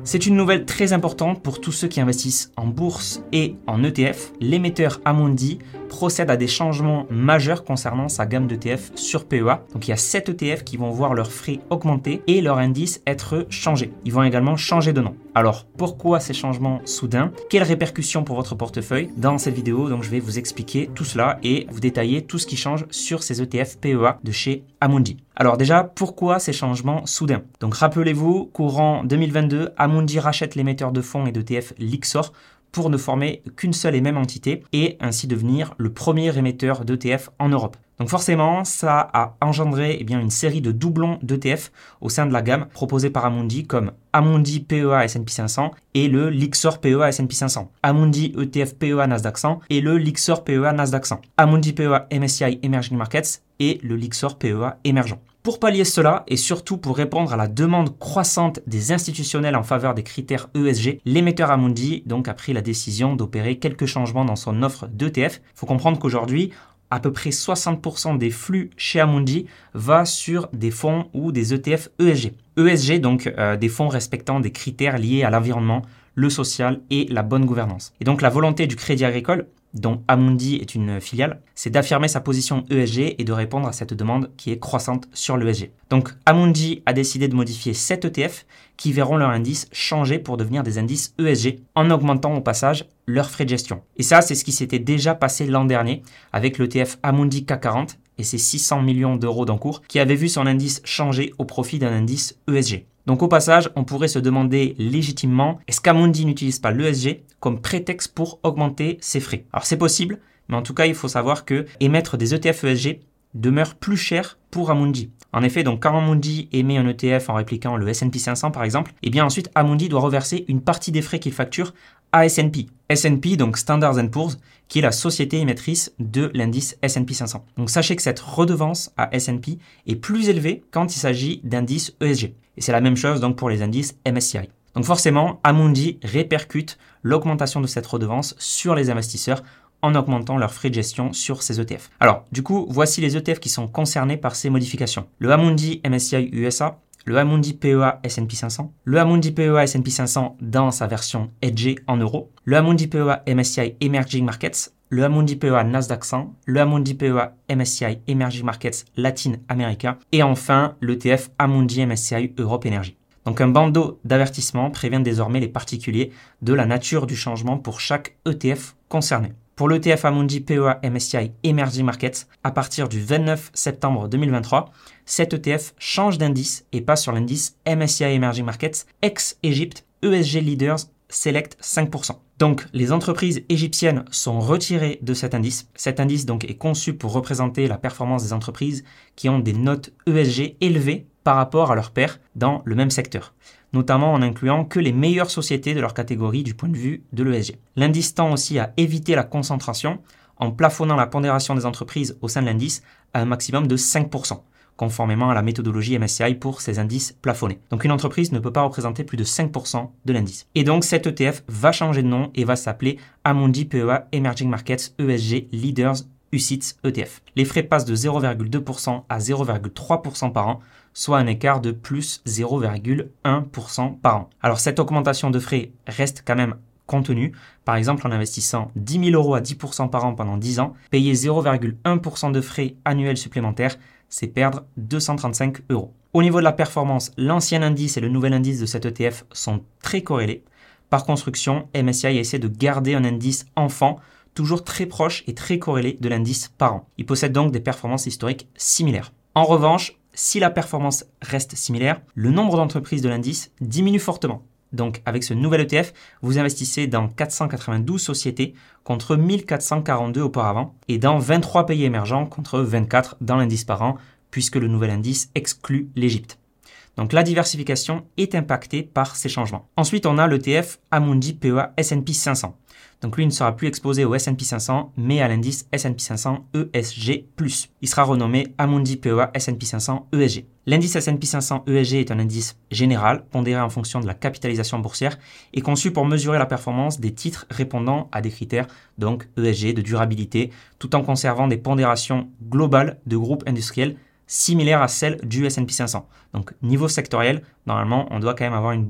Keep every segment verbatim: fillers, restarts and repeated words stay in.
C'est une nouvelle très importante pour tous ceux qui investissent en bourse et en E T F. L'émetteur Amundi procède à des changements majeurs concernant sa gamme d'E T F sur P E A. Donc il y a sept E T F qui vont voir leurs frais augmenter et leur indice être changé. Ils vont également changer de nom. Alors pourquoi ces changements soudains? Quelles répercussions pour votre portefeuille? Dans cette vidéo, donc, je vais vous expliquer tout cela et vous détailler tout ce qui change sur ces E T F P E A de chez Amundi. Alors déjà, pourquoi ces changements soudains? Donc rappelez-vous, courant deux mille vingt-deux, Amundi rachète l'émetteur de fonds et d'E T F Lyxor pour ne former qu'une seule et même entité et ainsi devenir le premier émetteur d'E T F en Europe. Donc forcément, ça a engendré eh bien, une série de doublons d'E T F au sein de la gamme proposée par Amundi comme Amundi P E A S and P cinq cents et le Lyxor P E A S and P cinq cents, Amundi E T F P E A Nasdaq cent et le Lyxor P E A Nasdaq cent, Amundi P E A M S C I Emerging Markets et le Lyxor P E A émergent. Pour pallier cela et surtout pour répondre à la demande croissante des institutionnels en faveur des critères E S G, l'émetteur Amundi donc a pris la décision d'opérer quelques changements dans son offre d'E T F. Il faut comprendre qu'aujourd'hui, à peu près soixante pour cent des flux chez Amundi va sur des fonds ou des E T F E S G. E S G, donc euh, des fonds respectant des critères liés à l'environnement, le social et la bonne gouvernance. Et donc la volonté du Crédit Agricole, dont Amundi est une filiale, c'est d'affirmer sa position E S G et de répondre à cette demande qui est croissante sur l'E S G. Donc Amundi a décidé de modifier sept E T F qui verront leur indice changer pour devenir des indices E S G en augmentant au passage leurs frais de gestion. Et ça, c'est ce qui s'était déjà passé l'an dernier avec l'E T F Amundi C A C quarante et ses six cents millions d'euros d'encours qui avait vu son indice changer au profit d'un indice E S G. Donc au passage, on pourrait se demander légitimement, est-ce qu'Amundi n'utilise pas l'E S G comme prétexte pour augmenter ses frais? Alors c'est possible, mais en tout cas, il faut savoir que émettre des E T F E S G demeure plus cher pour Amundi. En effet, donc quand Amundi émet un E T F en répliquant le S and P cinq cents par exemple, et bien ensuite Amundi doit reverser une partie des frais qu'il facture à S and P. S and P, donc Standard and Poor's, qui est la société émettrice de l'indice S and P cinq cents. Donc sachez que cette redevance à S and P est plus élevée quand il s'agit d'indices E S G. Et c'est la même chose donc pour les indices M S C I. Donc forcément, Amundi répercute l'augmentation de cette redevance sur les investisseurs en augmentant leurs frais de gestion sur ces E T F. Alors, du coup, voici les E T F qui sont concernés par ces modifications. Le Amundi M S C I U S A, le Amundi P E A S and P cinq cents, le Amundi P E A S and P cinq cents dans sa version hedgée en euros, le Amundi P E A M S C I Emerging Markets, le Amundi P E A Nasdaq cent, le Amundi P E A M S C I Emerging Markets Latin America et enfin l'E T F Amundi M S C I Europe Energy. Donc un bandeau d'avertissement prévient désormais les particuliers de la nature du changement pour chaque E T F concerné. Pour l'E T F Amundi P E A M S C I Emerging Markets, à partir du vingt-neuf septembre deux mille vingt-trois, cet E T F change d'indice et passe sur l'indice M S C I Emerging Markets ex-Égypte E S G Leaders Select cinq pour cent. Donc les entreprises égyptiennes sont retirées de cet indice. Cet indice donc est conçu pour représenter la performance des entreprises qui ont des notes E S G élevées par rapport à leurs pairs dans le même secteur, notamment en incluant que les meilleures sociétés de leur catégorie du point de vue de l'E S G. L'indice tend aussi à éviter la concentration en plafonnant la pondération des entreprises au sein de l'indice à un maximum de cinq pour cent, conformément à la méthodologie M S C I pour ces indices plafonnés. Donc une entreprise ne peut pas représenter plus de cinq pour cent de l'indice. Et donc cet E T F va changer de nom et va s'appeler Amundi P E A Emerging Markets E S G Leaders U C I T S E T F. Les frais passent de zéro virgule deux pour cent à zéro virgule trois pour cent par an, soit un écart de plus zéro virgule un pour cent par an. Alors cette augmentation de frais reste quand même contenue. Par exemple, en investissant dix mille euros à dix pour cent par an pendant dix ans, payer zéro virgule un pour cent de frais annuels supplémentaires, c'est perdre deux cent trente-cinq euros. Au niveau de la performance, l'ancien indice et le nouvel indice de cet E T F sont très corrélés. Par construction, M S C I essaie de garder un indice enfant toujours très proche et très corrélé de l'indice parent. Il possède donc des performances historiques similaires. En revanche, si la performance reste similaire, le nombre d'entreprises de l'indice diminue fortement. Donc avec ce nouvel E T F, vous investissez dans quatre cent quatre-vingt-douze sociétés contre mille quatre cent quarante-deux auparavant et dans vingt-trois pays émergents contre vingt-quatre dans l'indice parent puisque le nouvel indice exclut l'Égypte. Donc la diversification est impactée par ces changements. Ensuite, on a l'E T F Amundi P E A S and P cinq cents. Donc lui ne sera plus exposé au S and P cinq cents, mais à l'indice S and P cinq cents E S G plus. Il sera renommé Amundi P E A S and P cinq cents E S G. L'indice S and P cinq cents E S G est un indice général, pondéré en fonction de la capitalisation boursière et conçu pour mesurer la performance des titres répondant à des critères, donc E S G, de durabilité, tout en conservant des pondérations globales de groupes industriels similaires à celles du S and P cinq cents. Donc niveau sectoriel, normalement, on doit quand même avoir une bonne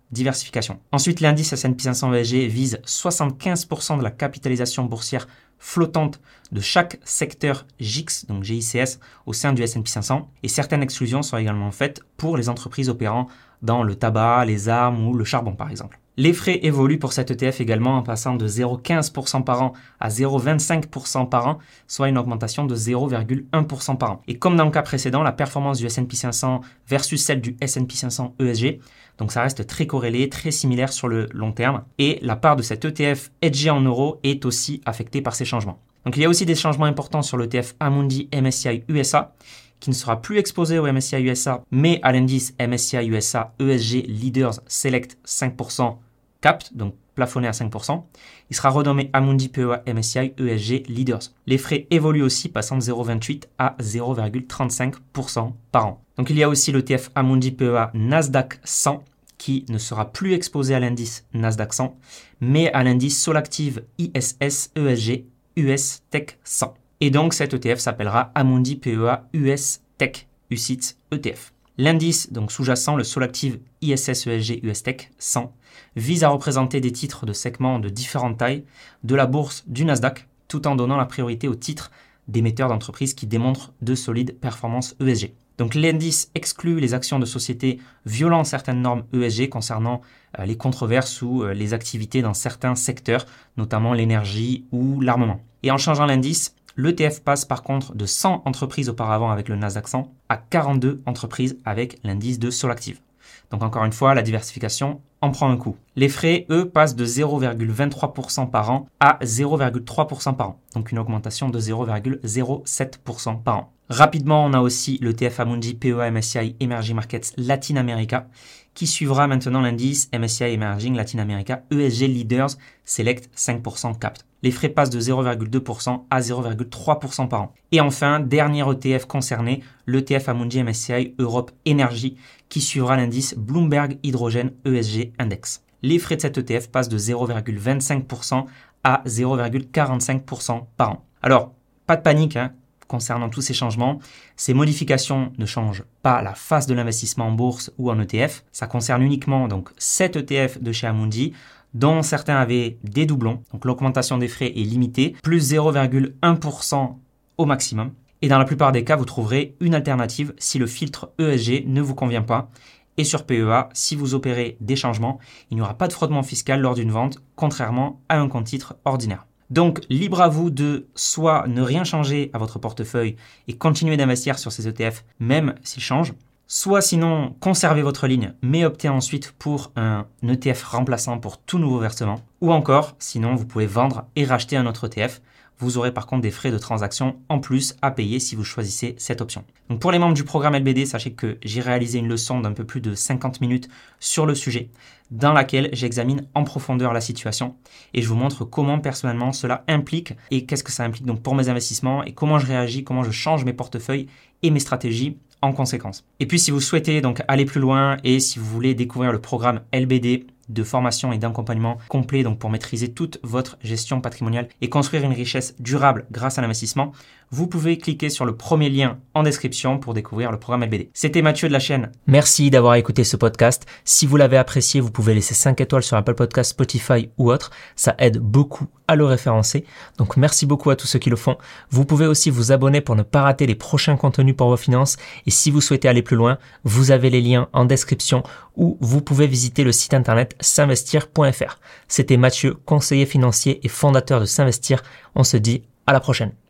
diversification. Ensuite, l'indice S and P cinq cents E S G vise soixante-quinze pour cent de la capitalisation boursière flottante de chaque secteur G I C S, donc G I C S, au sein du S and P cinq cents. Et certaines exclusions sont également faites pour les entreprises opérant dans le tabac, les armes ou le charbon par exemple. Les frais évoluent pour cet E T F également en passant de zéro virgule quinze pour cent par an à zéro virgule vingt-cinq pour cent par an, soit une augmentation de zéro virgule un pour cent par an. Et comme dans le cas précédent, la performance du S and P cinq cents versus celle du S and P cinq cents E S G, donc ça reste très corrélé, très similaire sur le long terme. Et la part de cet E T F hedgé en euros est aussi affectée par ces changements. Donc il y a aussi des changements importants sur l'E T F Amundi M S C I U S A, qui ne sera plus exposé au M S C I U S A, mais à l'indice M S C I U S A E S G Leaders Select cinq pour cent Capped, donc plafonné à cinq pour cent. Il sera renommé Amundi P E A M S C I E S G Leaders. Les frais évoluent aussi, passant de zéro virgule vingt-huit à zéro virgule trente-cinq pour cent par an. Donc il y a aussi l'E T F Amundi P E A Nasdaq cent, qui ne sera plus exposé à l'indice Nasdaq cent, mais à l'indice Solactive I S S E S G U S Tech cent. Et donc cet E T F s'appellera Amundi P E A U S Tech U C I T S E T F. L'indice donc sous-jacent, le Solactive I S S E S G U S Tech cent, vise à représenter des titres de segments de différentes tailles de la bourse du Nasdaq, tout en donnant la priorité aux titres d'émetteurs d'entreprises qui démontrent de solides performances E S G. Donc l'indice exclut les actions de sociétés violant certaines normes E S G concernant euh, les controverses ou euh, les activités dans certains secteurs, notamment l'énergie ou l'armement. Et en changeant l'indice, l'E T F passe par contre de cent entreprises auparavant avec le Nasdaq cent à quarante-deux entreprises avec l'indice de Solactive. Donc encore une fois, la diversification en prend un coup. Les frais, eux, passent de zéro virgule vingt-trois pour cent par an à zéro virgule trois pour cent par an. Donc une augmentation de zéro virgule zéro sept pour cent par an. Rapidement, on a aussi l'E T F Amundi P E A M S C I Emerging Markets Latin America qui suivra maintenant l'indice M S C I Emerging Latin America E S G Leaders Select cinq pour cent Capped. Les frais passent de zéro virgule deux pour cent à zéro virgule trois pour cent par an. Et enfin, dernier E T F concerné, l'E T F Amundi M S C I Europe Energy qui suivra l'indice Bloomberg Hydrogen E S G Index. Les frais de cet E T F passent de zéro virgule vingt-cinq pour cent à zéro virgule quarante-cinq pour cent par an. Alors, pas de panique, hein. Concernant tous ces changements, ces modifications ne changent pas la face de l'investissement en bourse ou en E T F. Ça concerne uniquement donc sept E T F de chez Amundi, dont certains avaient des doublons. Donc l'augmentation des frais est limitée, plus zéro virgule un pour cent au maximum. Et dans la plupart des cas, vous trouverez une alternative si le filtre E S G ne vous convient pas. Et sur P E A, si vous opérez des changements, il n'y aura pas de frottement fiscal lors d'une vente, contrairement à un compte titre ordinaire. Donc, libre à vous de soit ne rien changer à votre portefeuille et continuer d'investir sur ces E T F, même s'ils changent, soit sinon conserver votre ligne, mais opter ensuite pour un E T F remplaçant pour tout nouveau versement, ou encore, sinon, vous pouvez vendre et racheter un autre E T F. Vous aurez par contre des frais de transaction en plus à payer si vous choisissez cette option. Donc pour les membres du programme L B D, sachez que j'ai réalisé une leçon d'un peu plus de cinquante minutes sur le sujet, dans laquelle j'examine en profondeur la situation et je vous montre comment personnellement cela implique et qu'est-ce que ça implique donc pour mes investissements et comment je réagis, comment je change mes portefeuilles et mes stratégies en conséquence. Et puis si vous souhaitez donc aller plus loin et si vous voulez découvrir le programme L B D de formation et d'accompagnement complet donc pour maîtriser toute votre gestion patrimoniale et construire une richesse durable grâce à l'investissement, vous pouvez cliquer sur le premier lien en description pour découvrir le programme L B D. C'était Mathieu de la chaîne. Merci d'avoir écouté ce podcast. Si vous l'avez apprécié, vous pouvez laisser cinq étoiles sur Apple Podcasts, Spotify ou autre. Ça aide beaucoup à le référencer. Donc merci beaucoup à tous ceux qui le font. Vous pouvez aussi vous abonner pour ne pas rater les prochains contenus pour vos finances. Et si vous souhaitez aller plus loin, vous avez les liens en description ou vous pouvez visiter le site internet s'investir point f r. C'était Mathieu, conseiller financier et fondateur de S'investir. On se dit à la prochaine.